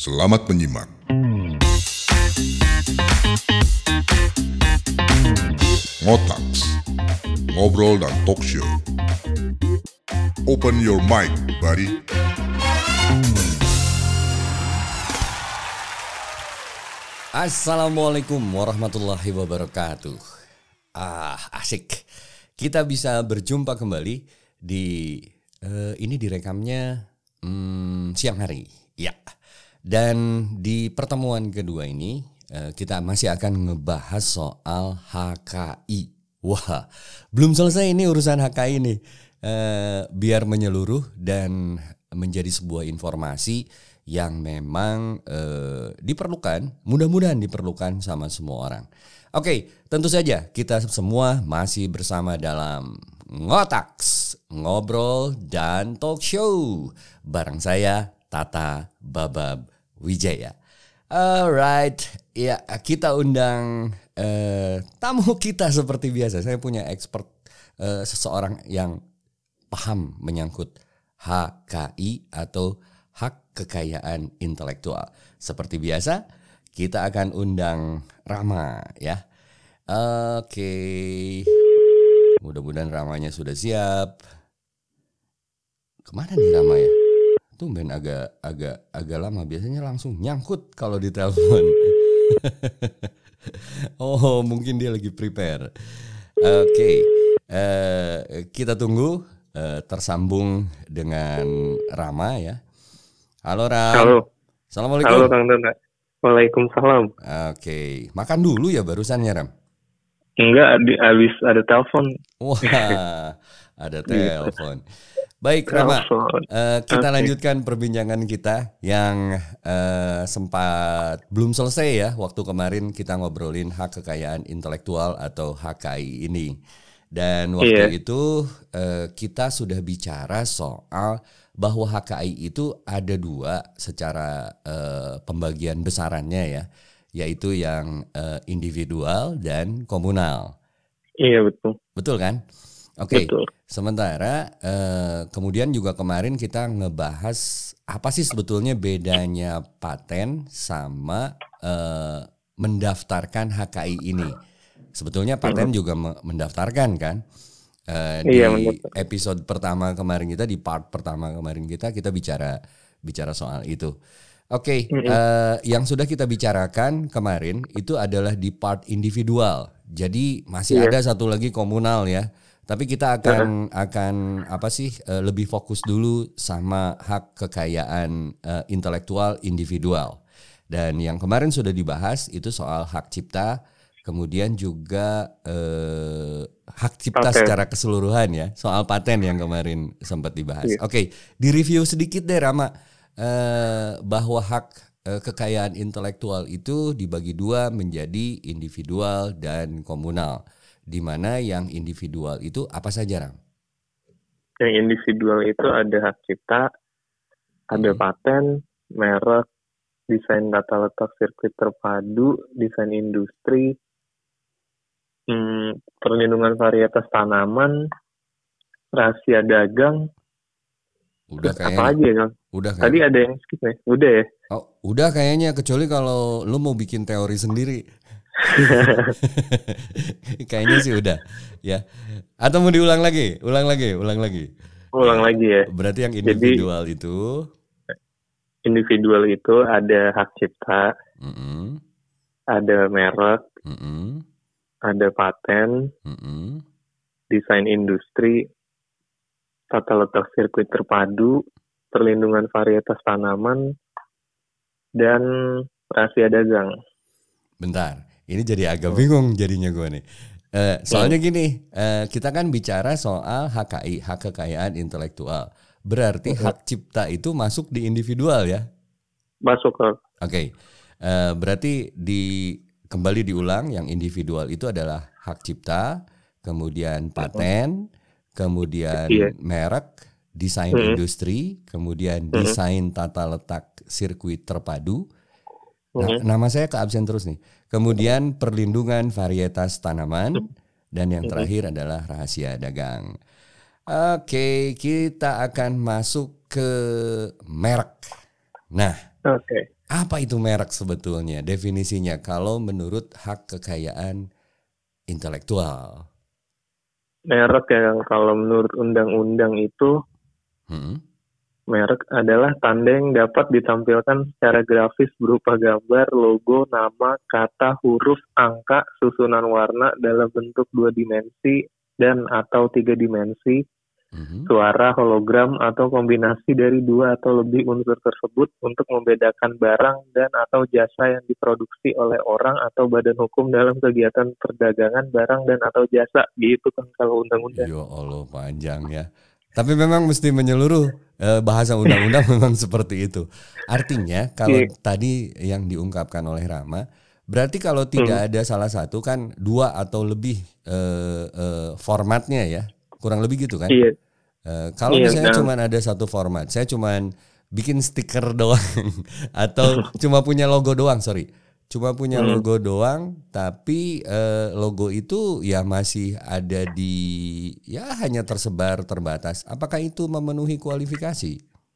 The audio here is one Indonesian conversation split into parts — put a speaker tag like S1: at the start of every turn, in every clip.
S1: Selamat menyimak. Ngotaks, ngobrol dan talk show. Open your mic, buddy.
S2: Assalamualaikum warahmatullahi wabarakatuh. Asik. Kita bisa berjumpa kembali di ini direkamnya siang hari. Ya. Dan di pertemuan kedua ini kita masih akan ngebahas soal HKI. Wah, belum selesai ini urusan HKI nih. Biar menyeluruh dan menjadi sebuah informasi yang memang diperlukan, mudah-mudahan diperlukan sama semua orang. Oke, tentu saja kita semua masih bersama dalam Ngotaks, ngobrol dan talk show bareng saya Tata Babab Wijaya. Alright, ya kita undang tamu kita seperti biasa. Saya punya expert, seseorang yang paham menyangkut HKI atau hak kekayaan intelektual. Seperti biasa, kita akan undang Rama ya. Oke. Mudah-mudahan Ramanya sudah siap. Kemana nih Rama ya? Tumben agak lama, biasanya langsung nyangkut kalau ditelepon. Oh, mungkin dia lagi prepare. Oke. Kita tunggu tersambung dengan Rama ya. Halo Ram.
S3: Halo.
S2: Assalamualaikum.
S3: Halo Kang Tata. Waalaikumsalam.
S2: Oke. Makan dulu ya barusannya Ram?
S3: Enggak, habis ada telepon.
S2: Wah, ada telepon. Baik Rama, kita lanjutkan perbincangan kita yang sempat belum selesai ya. Waktu kemarin kita ngobrolin hak kekayaan intelektual atau HKI ini. Dan waktu itu kita sudah bicara soal bahwa HKI itu ada dua secara pembagian besarannya ya. Yaitu yang individual dan komunal.
S3: Iya betul.
S2: Betul kan? Oke.
S3: Betul.
S2: Sementara kemudian juga kemarin kita ngebahas apa sih sebetulnya bedanya paten sama mendaftarkan HKI ini. Sebetulnya paten juga mendaftarkan kan. Di episode pertama kemarin kita, di part pertama kemarin kita bicara soal itu. Oke, yang sudah kita bicarakan kemarin itu adalah di part individual. Jadi masih ada satu lagi komunal ya. Tapi kita akan lebih fokus dulu sama hak kekayaan intelektual individual. Dan yang kemarin sudah dibahas itu soal hak cipta, kemudian juga hak cipta secara keseluruhan ya. Soal paten yang kemarin sempat dibahas. Oke, direview sedikit deh Rama, bahwa hak kekayaan intelektual itu dibagi dua menjadi individual dan komunal. Di mana yang individual itu apa saja, Ram?
S3: Yang individual itu ada hak cipta, ada paten, merek, desain tata letak sirkuit terpadu, desain industri, perlindungan varietas tanaman, rahasia dagang.
S2: Udah kayaknya.
S3: Apa lagi ya, Kang?
S2: Udah
S3: Tadi ada yang skip nih. Udah ya?
S2: Oh, udah kayaknya, kecuali kalau lu mau bikin teori sendiri. Kayaknya sih udah ya. Atau mau diulang lagi? Ulang lagi ya. Berarti yang individual. Jadi,
S3: individual itu ada hak cipta, ada merek, ada paten, desain industri, tata letak sirkuit terpadu, perlindungan varietas tanaman, dan rahasia dagang.
S2: Bentar. Ini jadi agak bingung jadinya gue nih. Soalnya gini, kita kan bicara soal HKI, hak kekayaan intelektual. Berarti hak cipta itu masuk di individual ya?
S3: Masuk.
S2: Oke. Berarti kembali diulang, yang individual itu adalah hak cipta, kemudian paten, kemudian merek, desain industri, kemudian desain tata letak sirkuit terpadu. Nama saya keabsen terus nih. Kemudian perlindungan varietas tanaman, dan yang terakhir adalah rahasia dagang. Oke, kita akan masuk ke merek. Nah,
S3: Oke.
S2: Apa itu merek sebetulnya? Definisinya kalau menurut hak kekayaan intelektual.
S3: Merek ya, kalau menurut undang-undang itu, merek adalah tanda yang dapat ditampilkan secara grafis berupa gambar, logo, nama, kata, huruf, angka, susunan warna dalam bentuk 2 dimensi dan atau 3 dimensi, suara, hologram, atau kombinasi dari 2 atau lebih unsur tersebut untuk membedakan barang dan atau jasa yang diproduksi oleh orang atau badan hukum dalam kegiatan perdagangan barang dan atau jasa. Gitu kan kalau undang-undang.
S2: Ya Allah, panjang ya. Tapi memang mesti menyeluruh, bahasa undang-undang memang seperti itu. Artinya kalau tadi yang diungkapkan oleh Rama, berarti kalau tidak ada salah satu kan 2 atau lebih formatnya ya, kurang lebih gitu kan?
S3: Iya.
S2: Kalau misalnya cuma ada satu format, saya cuma bikin stiker doang atau cuma punya logo doang, cuma punya logo doang, tapi logo itu ya masih ada ya hanya tersebar terbatas. Apakah itu memenuhi kualifikasi?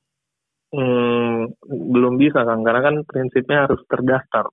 S3: Belum bisa Kang, karena kan prinsipnya harus terdaftar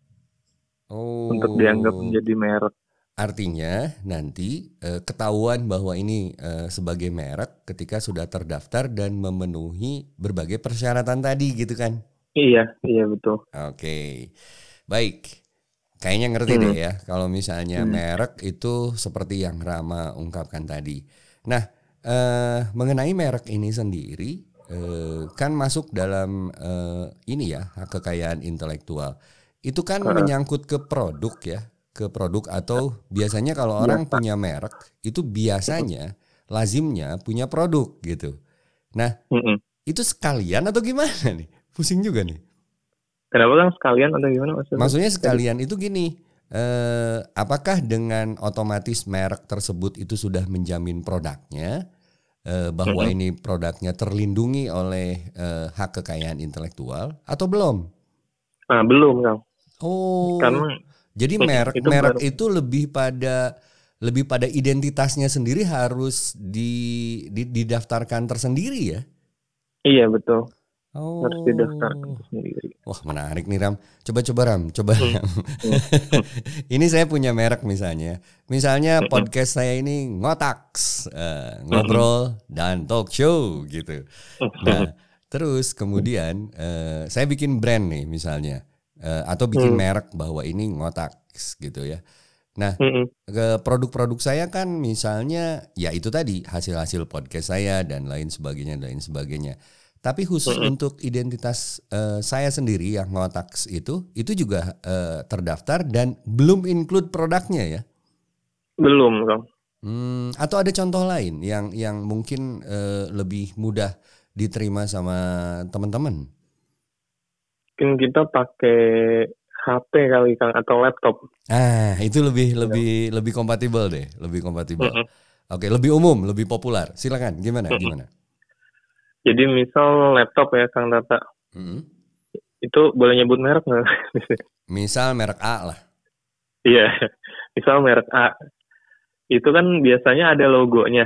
S3: untuk dianggap menjadi merek.
S2: Artinya nanti ketahuan bahwa ini sebagai merek ketika sudah terdaftar dan memenuhi berbagai persyaratan tadi gitu kan? Iya
S3: betul.
S2: Oke. Baik, kayaknya ngerti deh ya kalau misalnya merek itu seperti yang Rama ungkapkan tadi. Nah, mengenai merek ini sendiri kan masuk dalam ini ya, hak kekayaan intelektual. Itu kan menyangkut ke produk ya, ke produk atau biasanya kalau orang punya merek itu biasanya lazimnya punya produk gitu. Nah, itu sekalian atau gimana nih? Pusing juga nih.
S3: Kenapa Kang, sekalian atau gimana maksudnya?
S2: Maksudnya sekalian itu gini, apakah dengan otomatis merek tersebut itu sudah menjamin produknya, bahwa ini produknya terlindungi oleh hak kekayaan intelektual atau belum?
S3: Belum Kang.
S2: Oh,
S3: karena
S2: jadi merek itu lebih pada identitasnya sendiri harus didaftarkan tersendiri ya?
S3: Iya betul. Harus didaftarkan sendiri.
S2: Wah, menarik nih Ram. Coba Ram. Ram. Ini saya punya merek misalnya. Misalnya podcast saya ini Ngotaks, ngobrol dan talk show gitu. Nah, terus kemudian saya bikin brand nih misalnya, atau bikin merek bahwa ini Ngotaks gitu ya. Nah, produk-produk saya kan misalnya ya itu tadi hasil-hasil podcast saya dan lain sebagainya. Tapi khusus untuk identitas saya sendiri yang Ngotaks itu juga terdaftar dan belum include produknya ya?
S3: Belum Kang.
S2: Atau ada contoh lain yang mungkin lebih mudah diterima sama teman-teman?
S3: Mungkin kita pakai HP kali Kang atau laptop.
S2: Itu lebih kompatibel deh, lebih kompatibel. Oke, lebih umum, lebih populer. Silakan, gimana?
S3: Jadi misal laptop ya Kang Tata, itu boleh nyebut merek nggak?
S2: Misal merek A lah.
S3: Iya, misal merek A. Itu kan biasanya ada logonya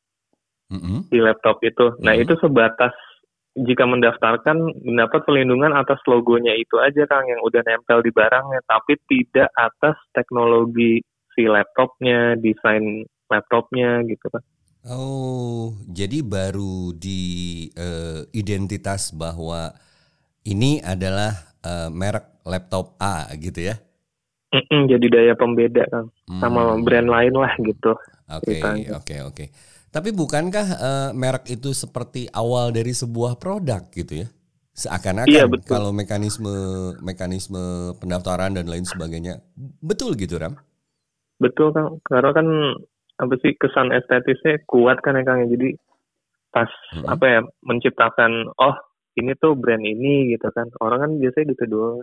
S3: di laptop itu. Nah itu sebatas jika mendaftarkan mendapat perlindungan atas logonya itu aja Kang yang udah nempel di barangnya, tapi tidak atas teknologi si laptopnya, desain laptopnya gitu kan.
S2: Oh, jadi baru di identitas bahwa ini adalah merek laptop A gitu ya?
S3: Jadi daya pembeda Kang, sama brand lain lah gitu.
S2: Oke. Tapi bukankah merek itu seperti awal dari sebuah produk gitu ya? Seakan-akan kalau mekanisme pendaftaran dan lain sebagainya, betul gitu Ram?
S3: Betul Kang, karena kan kesan estetisnya kuat kan ya Kang, jadi pas menciptakan ini tuh brand ini gitu kan, orang kan biasanya gitu doang.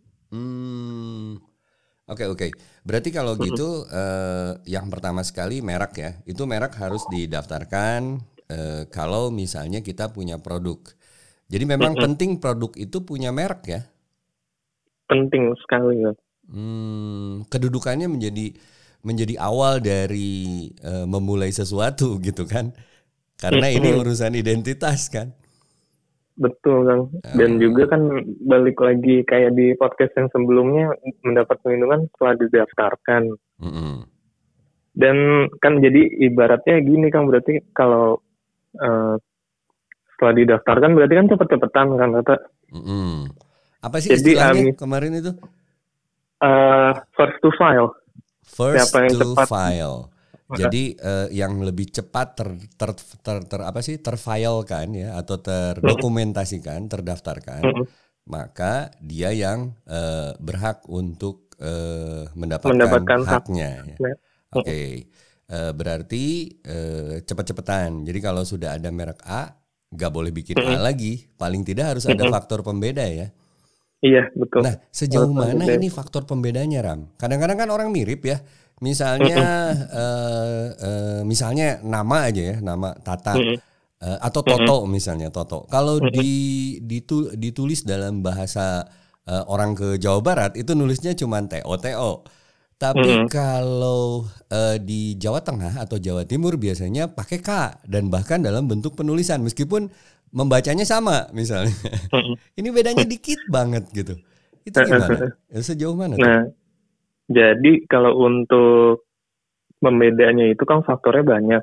S2: Oke. Berarti kalau gitu yang pertama sekali merek ya, itu merek harus didaftarkan kalau misalnya kita punya produk. Jadi memang penting produk itu punya merek ya?
S3: Penting sekali ya.
S2: Kedudukannya menjadi awal dari memulai sesuatu gitu kan, karena ini urusan identitas kan.
S3: Betul Kang. Dan juga kan balik lagi kayak di podcast yang sebelumnya, mendapat perlindungan setelah didaftarkan. Dan kan jadi ibaratnya gini Kang, berarti kalau setelah didaftarkan berarti kan cepet-cepetan kan kata.
S2: Apa sih jadi, istilahnya kemarin itu?
S3: First to file.
S2: First to file. Jadi yang lebih cepat terfile kan ya, atau terdokumentasikan, terdaftarkan, maka dia yang berhak untuk mendapatkan haknya. Ya. Oke. Berarti cepat-cepatan. Jadi kalau sudah ada merek A, nggak boleh bikin A lagi. Paling tidak harus ada faktor pembeda ya.
S3: Iya betul.
S2: Nah sejauh mana ini faktor pembedanya Ram? Kadang-kadang kan orang mirip ya. Misalnya misalnya nama aja ya, nama Tata atau Toto misalnya Toto. Kalau ditulis dalam bahasa orang ke Jawa Barat itu nulisnya cuma TO. Tapi kalau di Jawa Tengah atau Jawa Timur biasanya pakai K dan bahkan dalam bentuk penulisan meskipun membacanya sama misalnya. Ini bedanya dikit banget gitu. Itu gimana? Sejauh mana?
S3: Nah, jadi kalau untuk pembedanya itu kan faktornya banyak.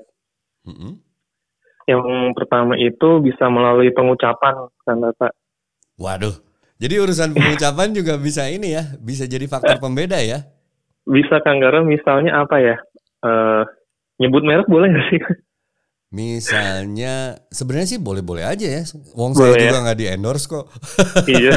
S3: Yang pertama itu bisa melalui pengucapan kan Pak.
S2: Waduh. Jadi urusan pengucapan juga bisa ini ya, bisa jadi faktor pembeda ya?
S3: Bisa Kang, karena misalnya apa ya? Nyebut merek boleh nggak sih?
S2: Misalnya sebenarnya sih boleh-boleh aja ya. Wong saya juga nggak di endorse kok.
S3: Iya.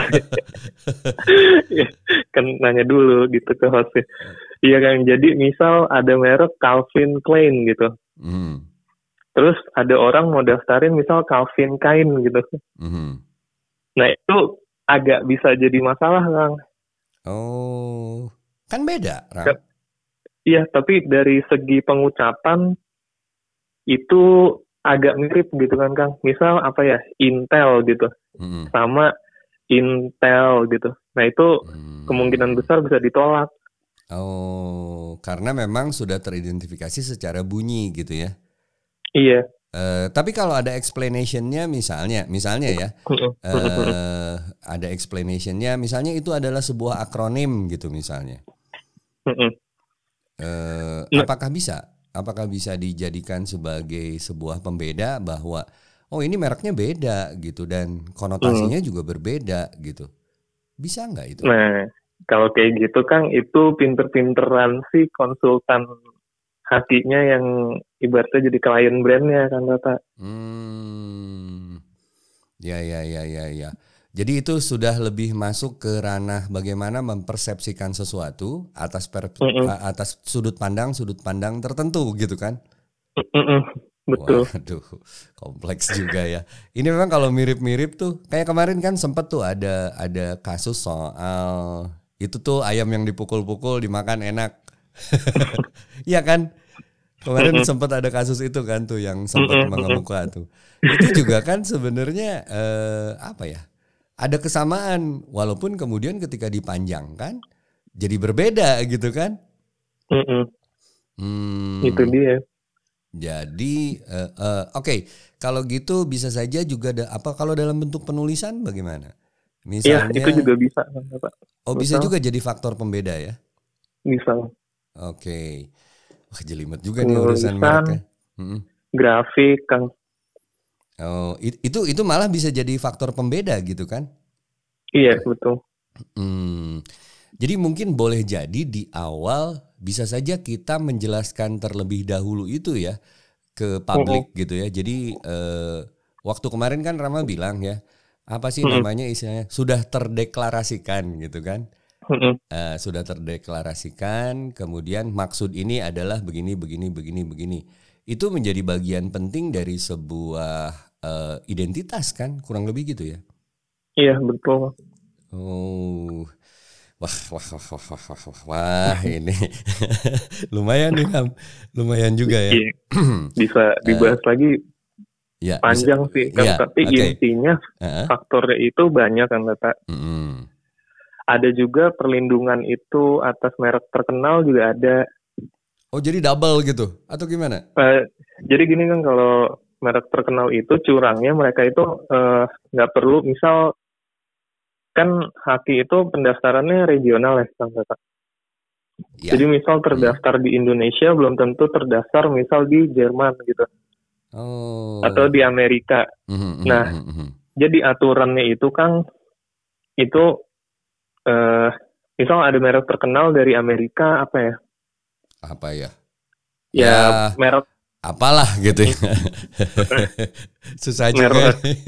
S3: Kan nanya dulu gitu ke hostnya. Iya Kang, jadi misal ada merek Calvin Klein gitu. Terus ada orang mau daftarin misal Calvin Kain gitu. Nah itu agak bisa jadi masalah Kang.
S2: Oh, kan beda Ram.
S3: Iya, tapi dari segi pengucapan itu agak mirip gitu kan Kang. Misal apa ya, Intel gitu, sama Intel gitu. Nah itu kemungkinan besar bisa ditolak.
S2: Oh, karena memang sudah teridentifikasi secara bunyi gitu ya?
S3: Iya.
S2: Tapi kalau ada explanationnya misalnya ya, ada explanationnya, misalnya itu adalah sebuah akronim gitu misalnya. Apakah bisa? Apakah bisa dijadikan sebagai sebuah pembeda bahwa oh ini mereknya beda gitu dan konotasinya juga berbeda gitu? Bisa nggak itu?
S3: Nah, kalau kayak gitu Kang, itu pinter-pinteran sih konsultan hatinya yang ibaratnya jadi klien brandnya kan Tata.
S2: Ya. Jadi itu sudah lebih masuk ke ranah bagaimana mempersepsikan sesuatu atas sudut pandang tertentu gitu kan?
S3: Betul.
S2: Waduh, kompleks juga ya. Ini memang kalau mirip-mirip tuh, kayak kemarin kan sempet tuh ada kasus soal itu tuh ayam yang dipukul-pukul dimakan enak. Iya kan? Kemarin sempat ada kasus itu kan tuh yang sempat mengemuka tuh. Itu juga kan sebenarnya apa ya? Ada kesamaan walaupun kemudian ketika dipanjangkan jadi berbeda gitu kan?
S3: Itu dia.
S2: Jadi oke. Kalau gitu bisa saja juga apa kalau dalam bentuk penulisan bagaimana? Misalnya
S3: itu juga bisa Pak.
S2: Oh, bisa juga jadi faktor pembeda ya?
S3: Bisa.
S2: Oke. Wah, jelimet juga nih urusan mereknya.
S3: Grafik Kang.
S2: Oh, itu malah bisa jadi faktor pembeda gitu kan?
S3: Iya, betul.
S2: Jadi mungkin boleh jadi di awal bisa saja kita menjelaskan terlebih dahulu itu ya ke publik gitu ya. Jadi waktu kemarin kan Rama bilang ya, apa sih namanya istilahnya? Sudah terdeklarasikan gitu kan? Sudah terdeklarasikan, kemudian maksud ini adalah begini. Itu menjadi bagian penting dari sebuah identitas kan, kurang lebih gitu ya?
S3: Iya betul.
S2: Oh, wah ini lumayan nih Ham, lumayan juga ya.
S3: Bisa dibahas lagi. Ya, panjang sih, kan, tapi intinya faktornya itu banyak kan Kak. Ada juga perlindungan itu atas merek terkenal juga ada.
S2: Oh jadi double gitu atau gimana?
S3: Jadi gini kan kalau merek terkenal itu curangnya mereka itu nggak perlu, misal kan Haki itu pendaftarannya regional ya Kang Tata.
S2: Ya.
S3: Jadi misal terdaftar di Indonesia belum tentu terdaftar misal di Jerman gitu. Atau di Amerika. Nah, jadi aturannya itu Kang, itu misal ada merek terkenal dari Amerika apa ya?
S2: Apa ya?
S3: Ya merek
S2: apalah gitu ya. Susah juga.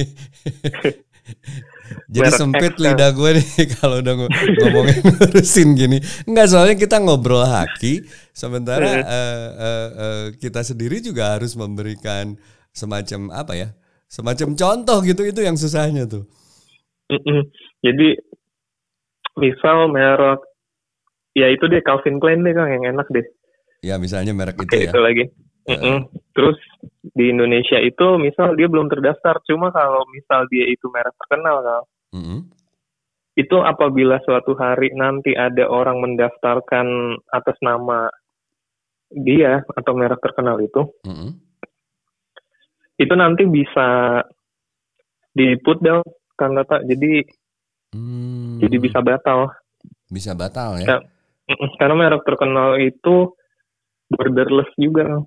S2: Jadi sempit lidah gue nih kalau udah ngomongin ngurusin gini. Enggak, soalnya kita ngobrol Haki, sementara kita sendiri juga harus memberikan semacam apa ya? Semacam contoh gitu, itu yang susahnya tuh.
S3: Jadi misal merek, ya itu deh Calvin Klein deh Kang, yang enak deh.
S2: Ya misalnya merek itu ya.
S3: Itu lagi. Terus di Indonesia itu misal dia belum terdaftar, cuma kalau misal dia itu merek terkenal Kang, itu apabila suatu hari nanti ada orang mendaftarkan atas nama dia atau merek terkenal itu nanti bisa di-put down Kang Tata, jadi bisa batal.
S2: Bisa batal ya?
S3: Karena merek terkenal itu borderless juga.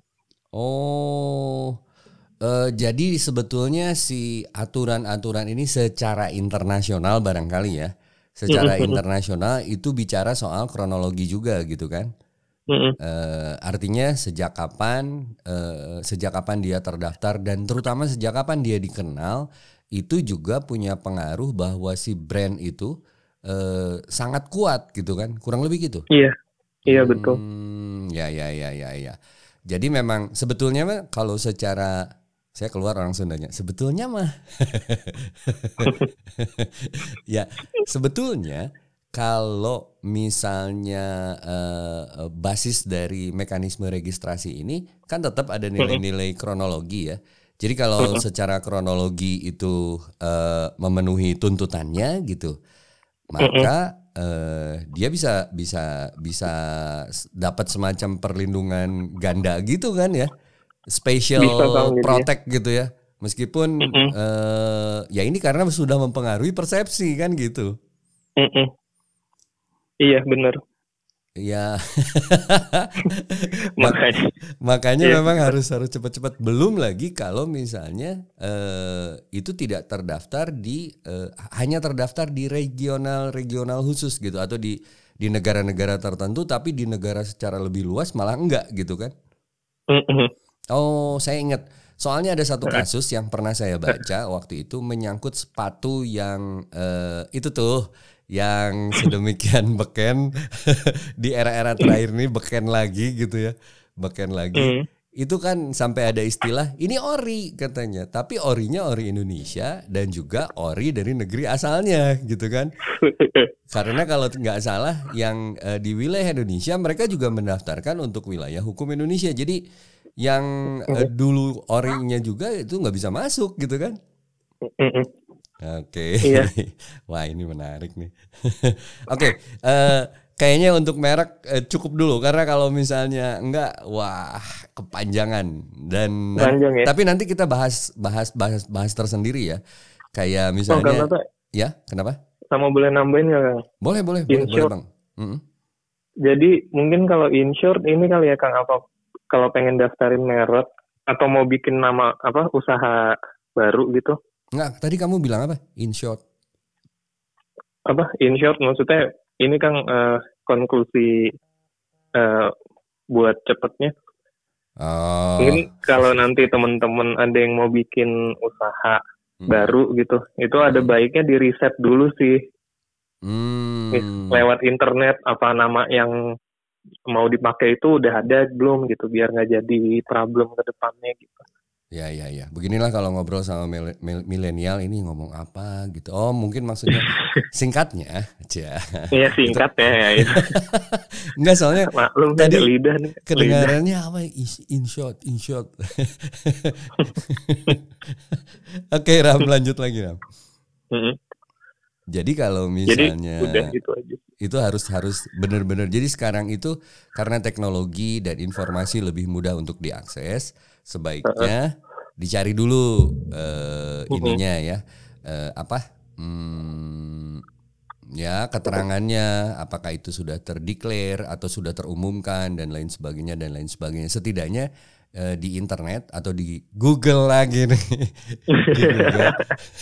S2: Jadi sebetulnya si aturan-aturan ini secara internasional barangkali ya, secara internasional itu bicara soal kronologi juga gitu kan? Artinya sejak kapan dia terdaftar dan terutama sejak kapan dia dikenal, itu juga punya pengaruh bahwa si brand itu sangat kuat gitu kan, kurang lebih gitu.
S3: Iya betul.
S2: Ya. Jadi memang sebetulnya mah kalau secara, saya keluar orang Sundanya, sebetulnya mah ya sebetulnya kalau misalnya basis dari mekanisme registrasi ini kan tetap ada nilai-nilai kronologi ya. Jadi kalau secara kronologi itu memenuhi tuntutannya gitu, maka dia bisa dapat semacam perlindungan ganda gitu kan ya, special protect gitu ya, meskipun ya ini karena sudah mempengaruhi persepsi kan gitu.
S3: Iya benar.
S2: Ya makanya memang harus cepat-cepat. Belum lagi kalau misalnya itu tidak terdaftar di hanya terdaftar di regional khusus gitu, atau di negara-negara tertentu, tapi di negara secara lebih luas malah enggak gitu kan. Saya ingat, soalnya ada satu kasus yang pernah saya baca waktu itu menyangkut sepatu yang itu tuh yang sedemikian beken di era-era terakhir ini, beken lagi gitu ya, beken lagi. Itu kan sampai ada istilah ini ori katanya, tapi orinya ori Indonesia dan juga ori dari negeri asalnya gitu kan. Karena kalau nggak salah yang di wilayah Indonesia mereka juga mendaftarkan untuk wilayah hukum Indonesia. Jadi yang dulu orinya juga itu nggak bisa masuk gitu kan. Oke. Iya. Wah ini menarik nih. Oke. Kayaknya untuk merek cukup dulu, karena kalau misalnya enggak, wah kepanjangan dan ya? Tapi nanti kita bahas tersendiri ya. Kayak misalnya ya, kenapa?
S3: Sama boleh nambahin ya Kang?
S2: Boleh Bang.
S3: Jadi mungkin kalau in-short ini kali ya Kang, apa kalau pengen daftarin merek atau mau bikin nama apa usaha baru gitu?
S2: Enggak, tadi kamu bilang apa? In short.
S3: Apa? In short maksudnya ini Kang konklusi buat cepetnya. Mungkin kalau nanti teman-teman ada yang mau bikin usaha baru gitu, itu ada baiknya di riset dulu sih. Lewat internet apa nama yang mau dipakai itu udah ada belum gitu, biar nggak jadi problem ke depannya gitu.
S2: Ya. Beginilah kalau ngobrol sama milenial ini ngomong apa gitu. Oh mungkin maksudnya singkatnya aja.
S3: Iya singkatnya ya.
S2: Enggak, soalnya
S3: maklum
S2: tadi
S3: lidah nih.
S2: Kedengarannya apa? In short. Oke Ram, lanjut lagi Ram. Jadi kalau misalnya
S3: udah gitu aja.
S2: Itu harus benar-benar. Jadi sekarang itu karena teknologi dan informasi lebih mudah untuk diakses, sebaiknya dicari dulu ininya ya, ya keterangannya, apakah itu sudah terdeklar atau sudah terumumkan dan lain sebagainya. Setidaknya di internet atau di Google lagi nih. Di Google.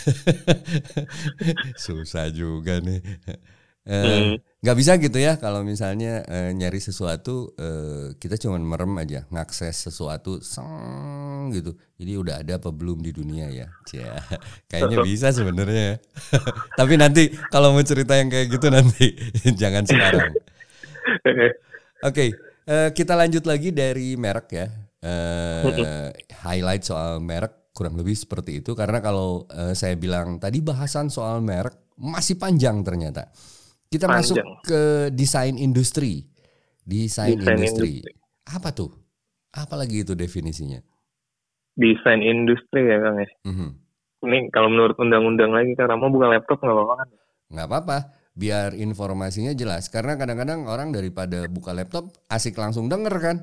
S2: Susah juga nih. Nggak bisa gitu ya kalau misalnya nyari sesuatu kita cuma merem aja ngakses sesuatu gitu. Jadi udah ada apa belum di dunia ya? Kayaknya bisa sebenarnya. Tapi nanti kalau mau cerita yang kayak gitu nanti jangan sekarang. Oke, kita lanjut lagi dari merek ya. Highlight soal merek kurang lebih seperti itu, karena kalau saya bilang tadi bahasan soal merek masih panjang ternyata. Kita masuk ke desain industri. Desain industri. Apa tuh? Apa lagi itu definisinya?
S3: Desain industri ya Kang ya. Ini kalau menurut undang-undang lagi, karena mau buka laptop nggak apa-apa kan?
S2: Nggak apa-apa, biar informasinya jelas. Karena kadang-kadang orang daripada buka laptop asik langsung denger kan?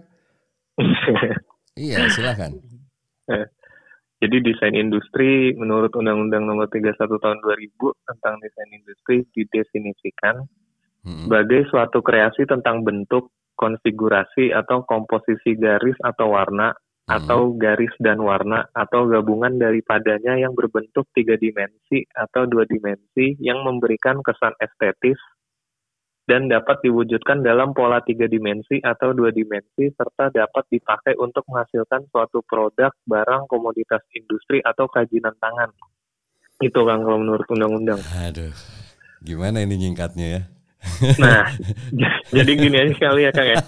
S2: Iya, silakan.
S3: Jadi desain industri menurut Undang-Undang Nomor 31 Tahun 2000 tentang desain industri didefinisikan sebagai suatu kreasi tentang bentuk, konfigurasi atau komposisi garis atau warna atau garis dan warna atau gabungan daripadanya yang berbentuk 3 dimensi atau 2 dimensi yang memberikan kesan estetis dan dapat diwujudkan dalam pola 3 dimensi atau 2 dimensi serta dapat dipakai untuk menghasilkan suatu produk, barang, komoditas industri atau kerajinan tangan. Itu Kang kalau menurut undang-undang.
S2: Aduh, gimana ini nyingkatnya ya?
S3: Nah, jadi gini aja sekali ya Kang ya.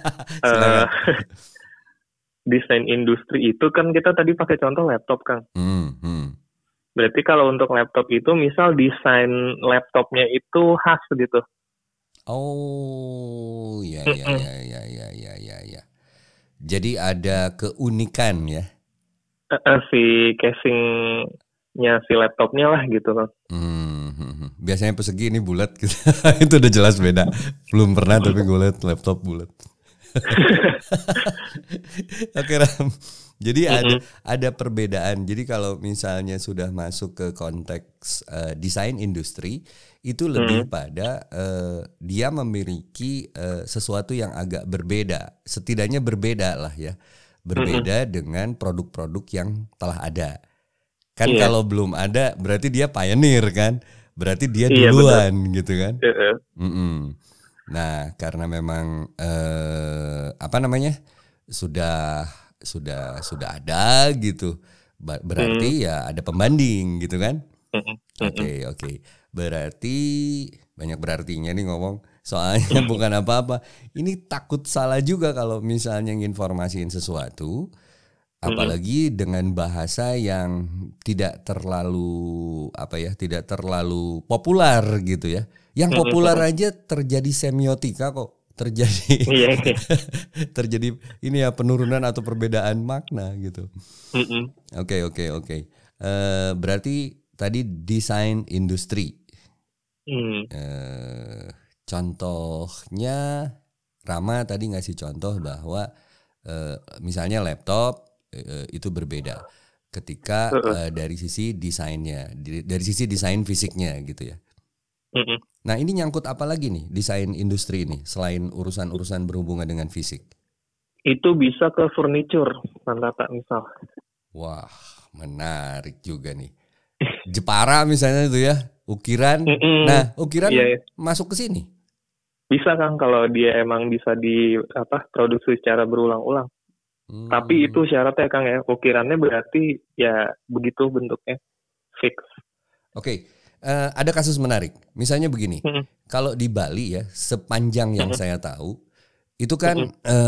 S3: Desain industri itu kan kita tadi pakai contoh laptop Kang. Berarti kalau untuk laptop itu misal desain laptopnya itu khas gitu.
S2: Oh, ya. Jadi ada keunikan ya?
S3: Si casingnya si laptopnya lah gitu kan.
S2: Biasanya persegi, ini bulat gitu. Itu udah jelas beda. Belum pernah tapi gue liat laptop bulat. Oke Ram. Jadi ada perbedaan. Jadi kalau misalnya sudah masuk ke konteks desain industri, itu lebih pada dia memiliki sesuatu yang agak berbeda. Setidaknya berbeda lah ya. Berbeda dengan produk-produk yang telah ada. Kan kalau belum ada berarti dia pioneer kan. Berarti dia duluan gitu kan. Nah karena memang sudah ada gitu, berarti ya ada pembanding gitu kan. Oke. Berarti banyak berartinya nih ngomong, soalnya bukan apa-apa. Ini takut salah juga kalau misalnya nginformasiin sesuatu, apalagi dengan bahasa yang tidak terlalu populer gitu ya. Yang populer aja terjadi semiotika kok. Terjadi ini ya penurunan atau perbedaan makna gitu. Oke. Berarti tadi desain industri. Contohnya Rama tadi ngasih contoh bahwa misalnya laptop itu berbeda ketika dari sisi desainnya, dari sisi desain fisiknya gitu ya. Nah ini nyangkut apa lagi nih desain industri ini selain urusan-urusan berhubungan dengan fisik?
S3: Itu bisa ke furniture, Tata misal.
S2: Wah menarik juga nih. Jepara misalnya itu ya, ukiran. Nah ukiran masuk ke sini.
S3: Bisa Kang kalau dia emang bisa produksi secara berulang-ulang. Tapi itu syaratnya Kang ya, ukirannya berarti ya begitu bentuknya fix. Oke.
S2: Ada kasus menarik, misalnya begini, kalau di Bali ya, sepanjang yang saya tahu, itu kan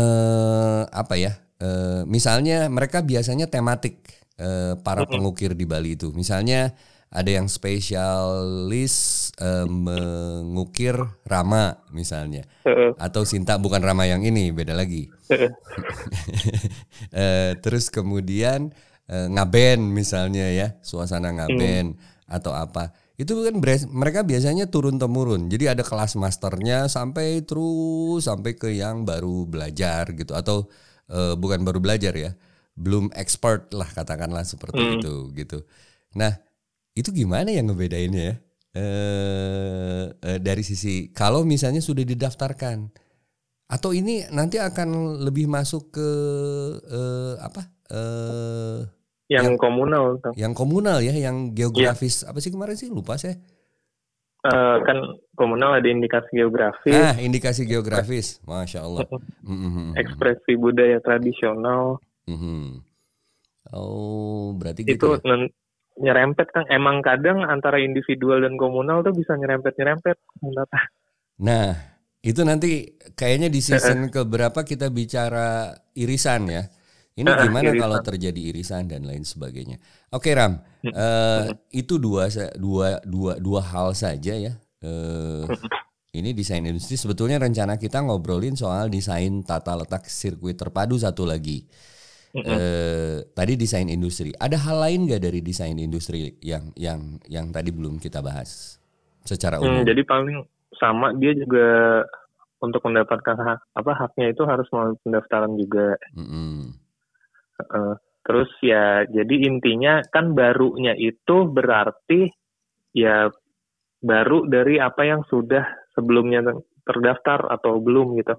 S2: misalnya mereka biasanya tematik para pengukir di Bali itu, misalnya ada yang spesialis mengukir Rama misalnya, atau Sinta, bukan Rama yang ini, beda lagi. Terus kemudian ngaben misalnya ya, suasana ngaben atau apa. Itu kan mereka biasanya turun-temurun. Jadi ada kelas masternya sampai ke yang baru belajar gitu. Atau bukan baru belajar ya, belum expert lah katakanlah seperti itu gitu. Nah itu gimana ya ngebedainnya ya? Dari sisi kalau misalnya sudah didaftarkan atau ini nanti akan lebih masuk ke
S3: yang komunal,
S2: yang komunal ya, yang geografis apa sih kemarin sih lupa saya.
S3: Kan komunal ada indikasi geografis.
S2: Indikasi geografis, masya Allah.
S3: Ekspresi budaya tradisional.
S2: Oh, berarti
S3: itu
S2: gitu. Ya?
S3: Nyerempet Kang. Emang kadang antara individual dan komunal tuh bisa nyerempet.
S2: Nah, itu nanti kayaknya di season keberapa kita bicara irisan ya. Ini gimana irisan. Kalau terjadi irisan dan lain sebagainya. Oke Ram, itu dua hal saja ya. Ini desain industri. Sebetulnya rencana kita ngobrolin soal desain tata letak sirkuit terpadu satu lagi. Tadi desain industri. Ada hal lain nggak dari desain industri yang tadi belum kita bahas secara umum?
S3: Jadi paling sama, dia juga untuk mendapatkan haknya itu harus melalui pendaftaran juga. Terus ya, jadi intinya kan barunya itu berarti ya baru dari apa yang sudah sebelumnya terdaftar atau belum gitu.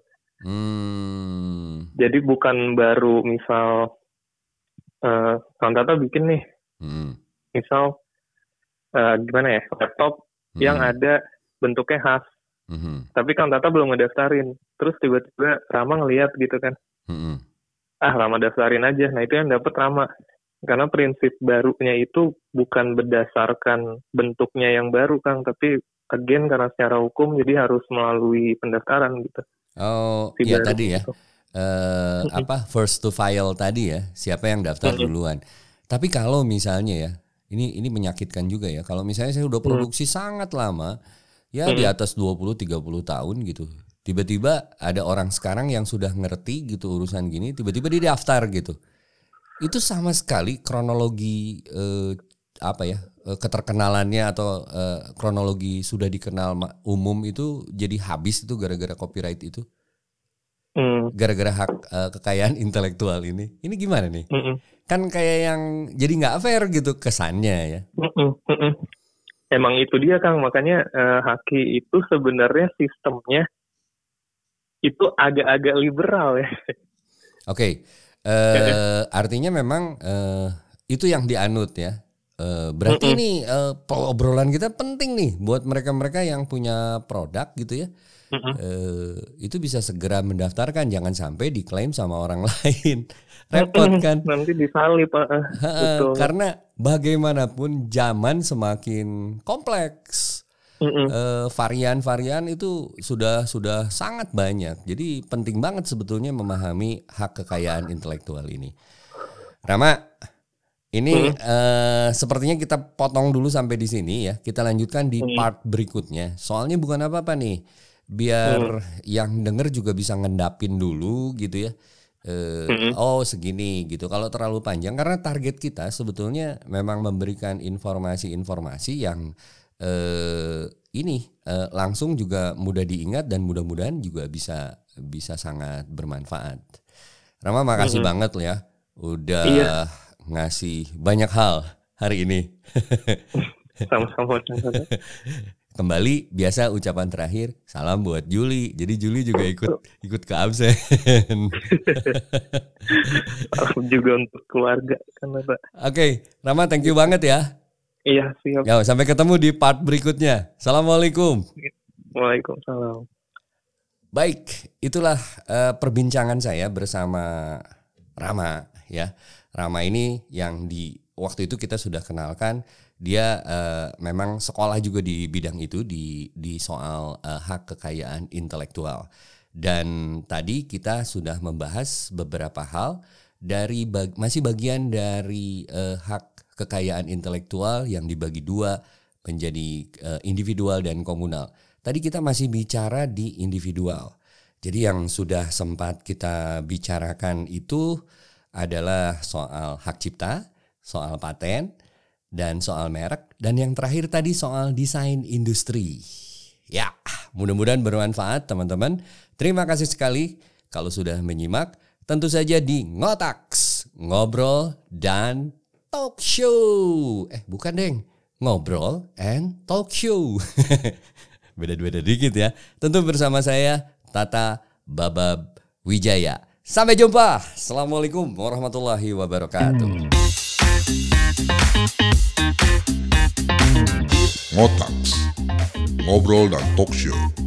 S3: Jadi bukan baru misal Kang Tata bikin nih, misal gimana ya, laptop yang ada bentuknya khas, tapi Kang Tata belum ngedaftarin, terus tiba-tiba Rama ngeliat gitu kan, Rama daftarin aja, nah itu yang dapat Rama, karena prinsip barunya itu bukan berdasarkan bentuknya yang baru Kang, tapi again karena secara hukum jadi harus melalui pendaftaran gitu.
S2: Oh iya tadi ya, first to file tadi ya, siapa yang daftar duluan. Tapi kalau misalnya ya, ini menyakitkan juga ya, kalau misalnya saya udah produksi sangat lama, ya di atas 20-30 tahun gitu, tiba-tiba ada orang sekarang yang sudah ngerti gitu urusan gini, tiba-tiba dia daftar gitu. Itu sama sekali kronologi keterkenalannya atau kronologi sudah dikenal umum itu jadi habis itu gara-gara copyright itu. Gara-gara hak kekayaan intelektual ini gimana nih? Kan kayak yang jadi nggak fair gitu kesannya ya.
S3: Emang itu dia Kang, makanya Haki itu sebenarnya sistemnya itu agak-agak liberal ya.
S2: Oke. Artinya memang itu yang dianut ya. Berarti ini obrolan kita penting nih buat mereka-mereka yang punya produk gitu ya. Itu bisa segera mendaftarkan, jangan sampai diklaim sama orang lain. Repot kan?
S3: Nanti disalip Pak.
S2: Karena bagaimanapun zaman semakin kompleks. Varian-varian itu sudah sangat banyak. Jadi penting banget sebetulnya memahami hak kekayaan intelektual ini. Rama, ini sepertinya kita potong dulu sampai di sini ya. Kita lanjutkan di part berikutnya. Soalnya bukan apa-apa nih, biar yang denger juga bisa ngendapin dulu gitu ya. Oh segini gitu. Kalau terlalu panjang, karena target kita sebetulnya memang memberikan informasi-informasi yang langsung juga mudah diingat dan mudah-mudahan juga bisa sangat bermanfaat. Rama makasih banget ya udah ngasih banyak hal hari ini.
S3: Sama-sama.
S2: Kembali biasa ucapan terakhir, salam buat Juli. Jadi Juli juga ikut ke absen.
S3: Salam juga untuk keluarga kan Pak.
S2: Oke, Rama thank you banget ya.
S3: Iya, siap.
S2: Ya, sampai ketemu di part berikutnya. Assalamualaikum.
S3: Waalaikumsalam.
S2: Baik, itulah perbincangan saya bersama Rama ya. Rama ini yang di waktu itu kita sudah kenalkan, dia memang sekolah juga di bidang itu, di soal hak kekayaan intelektual. Dan tadi kita sudah membahas beberapa hal dari masih bagian dari hak kekayaan intelektual yang dibagi dua menjadi individual dan komunal. Tadi kita masih bicara di individual. Jadi yang sudah sempat kita bicarakan itu adalah soal hak cipta, soal paten, dan soal merek. Dan yang terakhir tadi soal desain industri. Ya, mudah-mudahan bermanfaat teman-teman. Terima kasih sekali kalau sudah menyimak. Tentu saja di Ngotaks, Ngobrol dan Talk Show. Bukan deng, Ngobrol and Talk Show. Beda-beda dikit ya. Tentu bersama saya Tata Babab Wijaya. Sampai jumpa. Assalamualaikum warahmatullahi wabarakatuh.
S1: Ngotaks, Ngobrol dan Talk Show.